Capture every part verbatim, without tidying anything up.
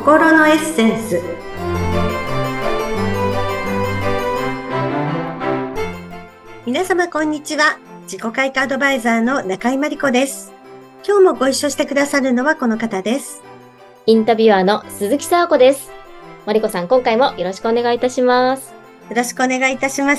心のエッセンス。皆様こんにちは。自己開花アドバイザーの中井真理子です。今日もご一緒してくださるのはこの方です。 インタビュアーの鈴木沙和子です。真理子さん、今回もよろしくお願いいたします。 よろしくお願いいたします。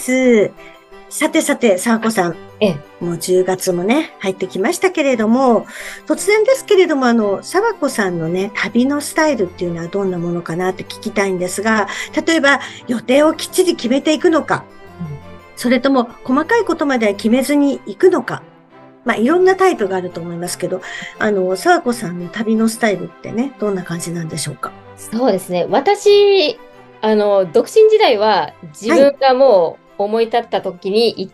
さてさて、沙和子さん。 ええ、 もうじゅうがつもね、入ってきましたけれども、突然ですけれども、あの、沙和子さんのね、旅のスタイルっていうのはどんなものかなって聞きたいんですが、例えば予定をきっちり決めていくのか、うん、それとも細かいことまでは決めずに行くのか、まあ、いろんなタイプがあると思いますけど、あの、沙和子さんの旅のスタイルってね、どんな感じなんでしょうか？ そうですね。私、あの、独身時代は自はい。 分がもう思い立った時に行って、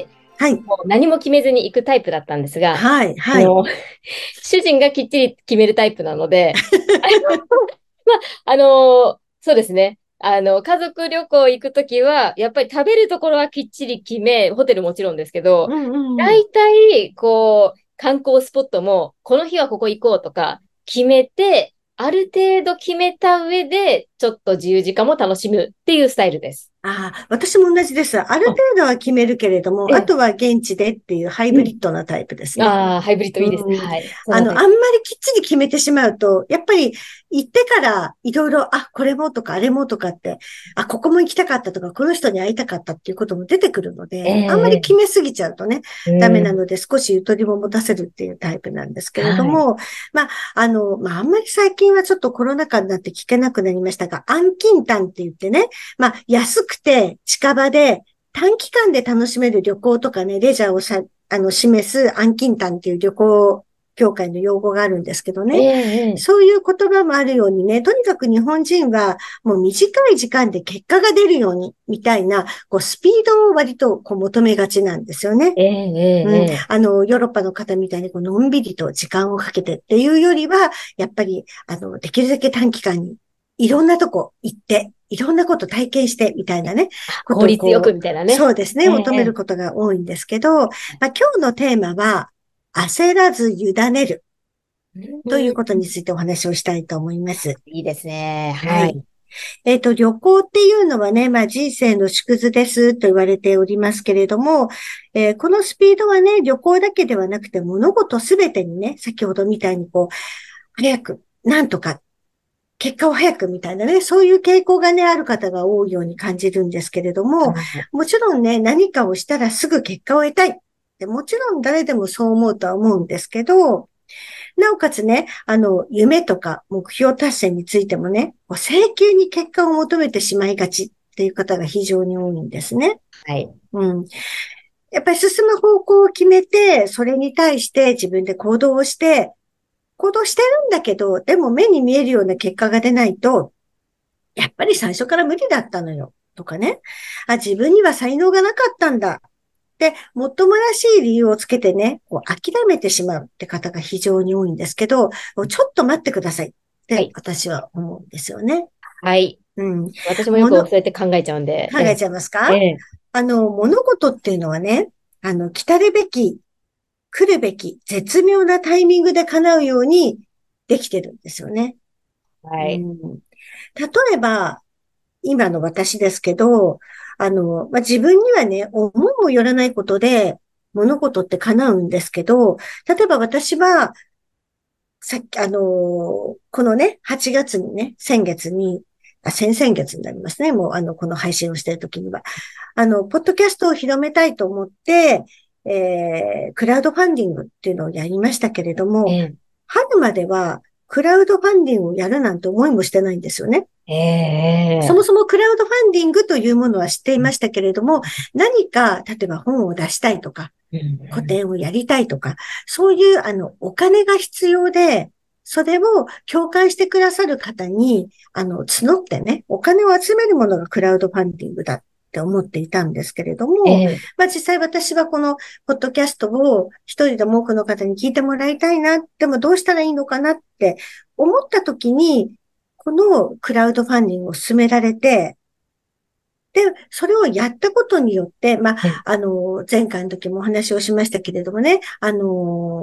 はい。 もう何も決めずに行くタイプだったんですが、 はい。はい。 あの、主人がきっちり決めるタイプなので、あの、まあ、あの、そうですね。あの、家族旅行行くときは、やっぱり食べるところはきっちり決め、ホテルもちろんですけど、 うんうんうん。 大体、こう、観光スポットも、この日はここ行こうとか、決めて、ある程度決めた上で、ちょっと自由時間も楽しむっていうスタイルです。 ああ、私も同じです。あるあ、 程度は決めるけれども、 ええ、 あとは現地でっていうハイブリッうん。 ドなタイプですね。 ああ、ハイブリッドいいですね。 うん。 はい。そあの、 のタイプ。 あんまりきっちり決めてしまうと、やっぱり行ってからいろいろ、あ、これもとかあれもとかって、あ、ここも行きたかったとか、この人に会いたかったっていうことも出てくるのえで、あんまり決え、 めすぎちゃうとね、 ええ、うん。 ダメなので少しゆとりも持たせるっていうタイプなんですけれどはい。 も、まあ、あの、まあ、あんまり最近はちょっとコロナ禍になって聞けなくなりましたが、安近短って言ってね、まあ、安くて近場で短期間で楽しめる旅行とかね、レジャーをさ、あの、示す安近短っていう旅行協会の用語があるんですけどえね。 え、ええ、 そういう言葉もあるようにね、とにかく日本人はもう短い時間で結果が出るように、みたいな、こう、スピードを割とこう求めがちなんですよね。 ええ、 うん。 ええ、 あの、ヨーロッパの方みたいにこう、のんびりと時間をかけてっていうよりは、やっぱり、あの、できるだけ短期間にいろんなとこ行って、いろんなこと体験して、みたいなね、 あ、 ことを効率よくこう、 みたいなね。 そうですね、 ええ、 求めるえことが多いんですけど、まあ、今日のテーマは、焦らず委ねるえ、 といううん、 ことについてお話をしたいと思います。 いいですね。 はい。 はい。 えっと、旅行っていうのはね、まあ人生の縮図ですと言われておりますけれども、えーこのスピードはね、旅行だけではなくて物事すべてにね、先ほどみたいにこう、早く、なんとか、結果を早くみたいなね、そういう傾向がね、ある方が多いように感じるんですけれども、 はい。 もちろんね、何かをしたらすぐ結果を得たい。でもちろん誰でもそう思うとは思うんですけど、なおかつね、あの、夢とか目標達成についてもね、こう請求に結果を求めてしまいがちっていう方が非常に多いんですね。 はい。 うん。やっぱり進む方向を決めて、それに対して自分で行動をして、行動してるんだけど、でも目に見えるような結果が出ないと、やっぱり最初から無理だったのよ。とかね。あ、自分には才能がなかったんだ。で、もっともらしい理由をつけてね、こう諦めてしまうって方が非常に多いんですけど、ちょっと待ってくださいってはい。 私は思うんですよね。 はい。 うん。 私もよくもの、 そうやって考えちゃうんで、 考えちゃいますか？ ええ、えあの、物事っていうのはね、あの、来たるべき、来るべき、絶妙なタイミングで叶うようにできてるんですよね。 え、はい。 うん。例えば、今の私ですけど、あの、まあ、自分にはね、思いもよらないことで、物事って叶うんですけど、例えば私は、さっき、あのーこのね、はちがつにね、先月に、あ、先々月になりますね。もう、あの、この配信をしている時には。あの、ポッドキャストを広めたいと思って、えー、クラウドファンディングっていうのをやりましたけれども、 ええ、 春までは、クラウドファンディングをやるなんて思いもしてないんですよね。 ええ、 そもそもクラウドファンディングというものは知っていましたけれども、何か、例えば本を出したいとか、 うん、 個展をやりたいとか、そういうあの、お金が必要で、それを共感してくださる方に、あの、募ってね、お金を集めるものがクラウドファンディングだって思っていたんですけれども、 ええ、 まあ実際私はこのポッドキャストを一人でも多くの方に聞いてもらいたいな、でもどうしたらいいのかなって思った時に、このクラウドファンディングを進められて、で、それをやったことによって、まあ、 ええ、 あの、前回の時もお話をしましたけれどもね、あの、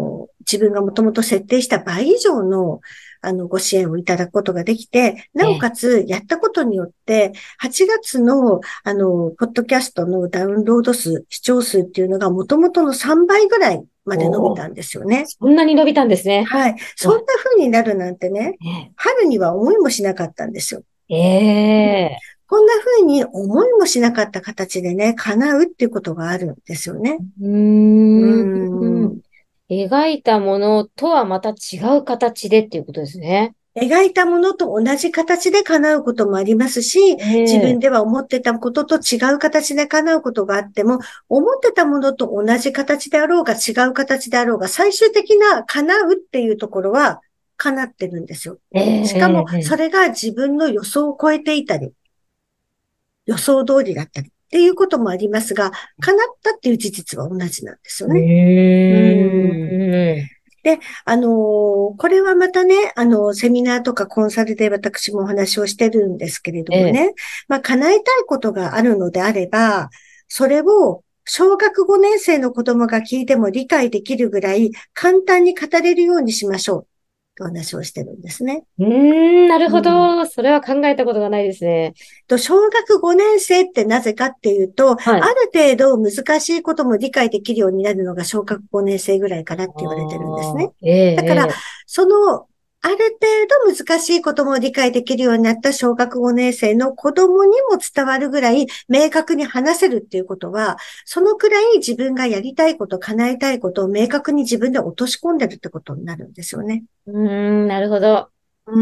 自分がもともと設定した倍以上の、あの、ご支援をいただくことができて、なおええ、 かつ、やったことによって、はちがつの、あの、ポッドキャストのダウンロード数、視聴数っていうのが、もともとのさんばいぐらいまで伸びおお、 たんですよね。 そんなに伸びたんですね。 はい。そんなわ、 風になるなんてね、 え春には思いもしなかったんですよ。 え、 うん、 ええ、 こんな風に思いもしなかった形でね、叶うっていうことがあるんですよね。 ううーん。 ーん。 描いたものとはまた違う形でっていうことですね。 描いたものと同じ形で叶うこともありますし、自分ええ、 では思ってたことと違う形で叶うことがあっても、思ってたものと同じ形であろうが違う形であろうが、最終的な叶うっていうところは叶ってるんですよ。 えしかも、 え、ええ、 それが自分の予想を超えていたり、予想通りだったりっていうこともありますが、叶ったっていう事実は同じなんですようね。うん。 ーん。 で、あのーこれはまたね、あの、セミナーとかコンサルで私もお話をしてるんですけれどええ、 もね、まあ、叶えたいことがあるのであれば、それを小学ごねん生の子供が聞いても理解できるぐらい簡単に語れるようにしましょう。とお話をしてるんですね。 うーん、なるうん。 ほど。それは考えたことがないですね。 と、小学ごねん生ってなぜかっていうと、 はい。 ある程度難しいことも理解できるようになるのが小学ごねん生ぐらいからって言われてるんですね。 ああ、ええ、 だから、 ええ。 その、ある程度難しいことも理解できるようになった小学ごねん生の子供にも伝わるぐらい明確に話せるっていうことは、そのくらい自分がやりたいこと、叶えたいことを明確に自分で落とし込んでるってことになるんですよね。 うーん、なるほど。 うん。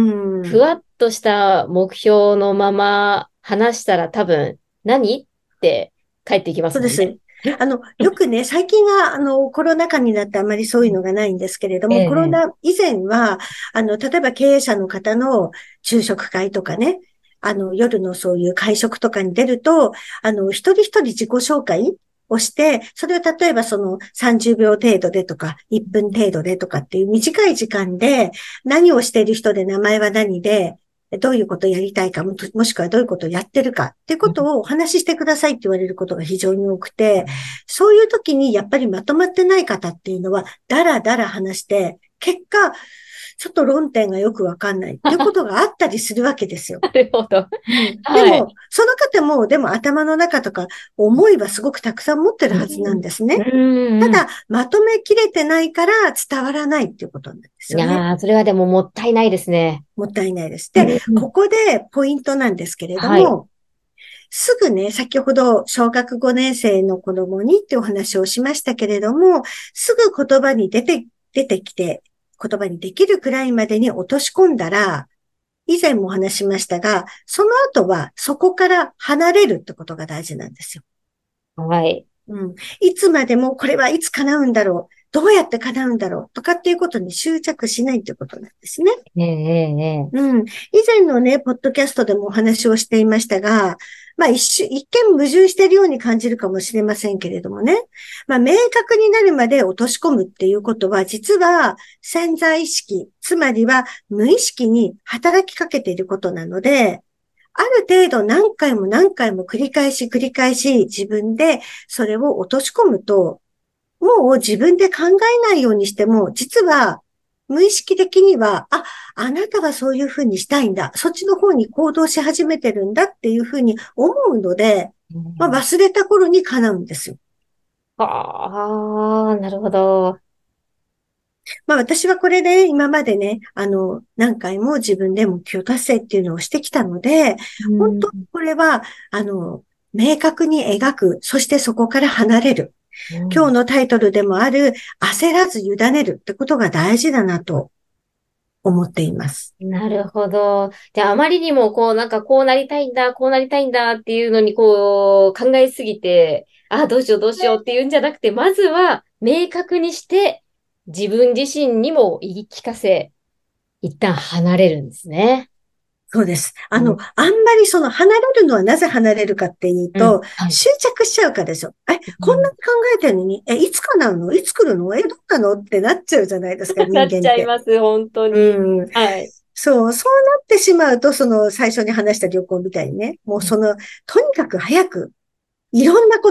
ふわっとした目標のまま話したら多分、何って返ってきますもんね。 そうです。あの、よくね、最近は、あの、コロナ禍になってあまりそういうのがないんですけれども、コロええ、 ナ以前は、あの、例えば経営者の方の昼食会とかね、あの、夜のそういう会食とかに出ると、あの、一人一人自己紹介をして、それを例えばそのさんじゅうびょう程度でとか、いっぷん程度でとかっていう短い時間で、何をしている人で名前は何で、どういうことをやりたいかも、もしくはどういうことをやってるかっていうことをお話ししてくださいって言われることが非常に多くて、そういう時にやっぱりまとまってない方っていうのは、だらだら話して、結果、ちょっと論点がよくわかんないっていうことがあったりするわけですよ。 なるほど。 うん。ではい。 も、その方も、でも頭の中とか思いはすごくたくさん持ってるうはずなんん、 ですね。 うん、うただ、まとめきれてないから伝わらないっていうことなんですん。いよね。 やー、それはでももったいないですね。 もったいないです。 うで、 ん、 ここでポイントなんですけれどはい。 も、すぐね、先ほど小学ごねん生の子供にってお話をしましたけれども、すぐ言葉に出て、出てきて、言葉にできるくらいまでに落とし込んだら、以前もお話ししましたが、その後はそこから離れるってことが大事なんですよ。 はい。 うん。いつまでもこれはいつ叶うんだろう。どうやって叶うんだろうとかっていうことに執着しないということなんですね。 ええ、ええ、ええ、 うん。以前のね、ポッドキャストでもお話をしていましたが、まあ一瞬、一見矛盾しているように感じるかもしれませんけれどもね。まあ明確になるまで落とし込むっていうことは、実は潜在意識、つまりは無意識に働きかけていることなので、ある程度何回も何回も繰り返し繰り返し自分でそれを落とし込むと、もう自分で考えないようにしても、実は無意識的には、あ、あなたはそういうふうにしたいんだ。そっちの方に行動し始めてるんだっていうふうに思うので、まあ、 うん、 忘れた頃に叶うんですよ。 ああ、なるほど。 まあ私はこれで今までね、あの、何回も自分で目標達成っていうのをしてきたので、 うん、 本当にこれは、あの、明確に描く、そしてそこから離れる。 うん、 今日のタイトルでもある、焦らず委ねるってことが大事だなと思っています。 なるほど。じゃあ、あまりにも、こう、なんか、こうなりたいんだ、こうなりたいんだっていうのに、こう、考えすぎて、ああ、どうしよう、どうしようっていうんじゃなくて、まずは、明確にして、自分自身にも言い聞かせ、一旦離れるんですね。 そうです。あの、 うん、 あんまりその離れるのはなぜ離れるかっていううん、 と、 はい。 執着しちゃうからですよ。え、 うん、 こんなに考えてるのに、え、いつ叶うのいつ来るのえ、どうなのってなっちゃうじゃないですか、 なっち人間って。 ゃいます、本当に。 うん。 はい。 そう、そうなってしまうと、その最初に話した旅行みたいにね、もうその、とにかく早く、いろんなこと、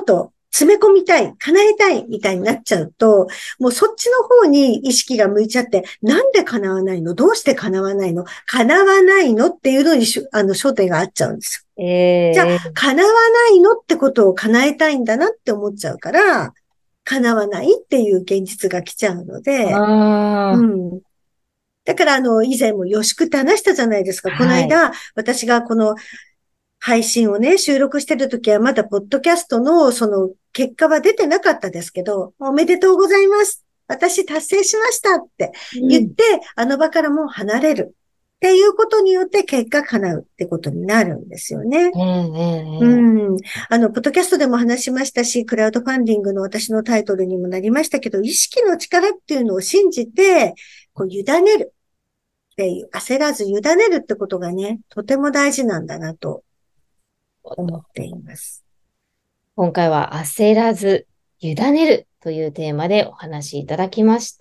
詰め込みたい、叶えたいみたいになっちゃうと、もうそっちの方に意識が向いちゃって、なんで叶わないの？どうして叶わないの？叶わないのっていうのにしあの焦点が合っちゃうんですよ。じゃあ、 ええ叶わないのってことを叶えたいんだなって思っちゃうから、叶わないっていう現実が来ちゃうので、うあん。だから、あの、以前も予宿って話したじゃないですか。 あ、はい。 この間、私がこの配信をね、収録してるときはまだポッドキャストのその結果は出てなかったですけど、おめでとうございます。私達成しましたってうん。 言って、あの場からもう離れるっていうことによって結果叶うってことになるんですよね。 ええうええん。あの、ポッドキャストでも話しましたし、クラウドファンディングの私のタイトルにもなりましたけど、意識の力っていうのを信じて、こう、委ねるっていう、焦らず委ねるってことがね、とても大事なんだなと思っています。 今回は焦らず委ねるというテーマでお話しいただきました。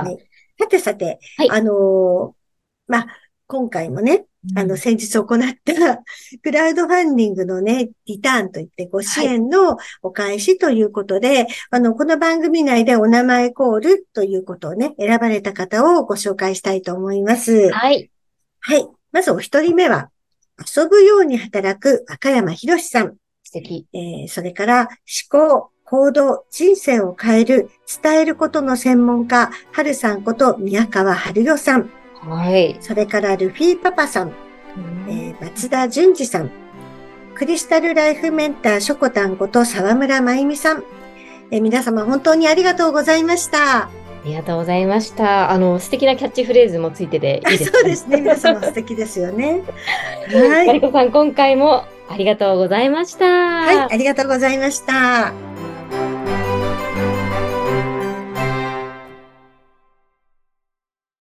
はい。さてさて、 はい。 あのーまあ、今回もね、あの、 うん。 先日行ったクラウドファンディングのね、リターンといってご支はい。 援のお返しということで、あの、この番組内でお名前コールということをね、選ばれた方をご紹介したいと思います。 はい。 はい。まずお一人目は、遊ぶように働く若山博さん。 素敵。 えーそれから思考、行動、人生を変える、伝えることの専門家、春さんこと宮川春代さん。 はい。 それからルフィパパさん、 うん。 えー松田淳二さん。クリスタルライフメンター、しょこたんこと沢村真由美さん。えー皆様本当にありがとうございました。あ、 ありがとうございました。あの、素敵なキャッチフレーズもついてていいですね。 そうですね。皆様素敵ですよね。はい。 マリコさん、今回もありがとうございましはい。 た。 ありがとうございました。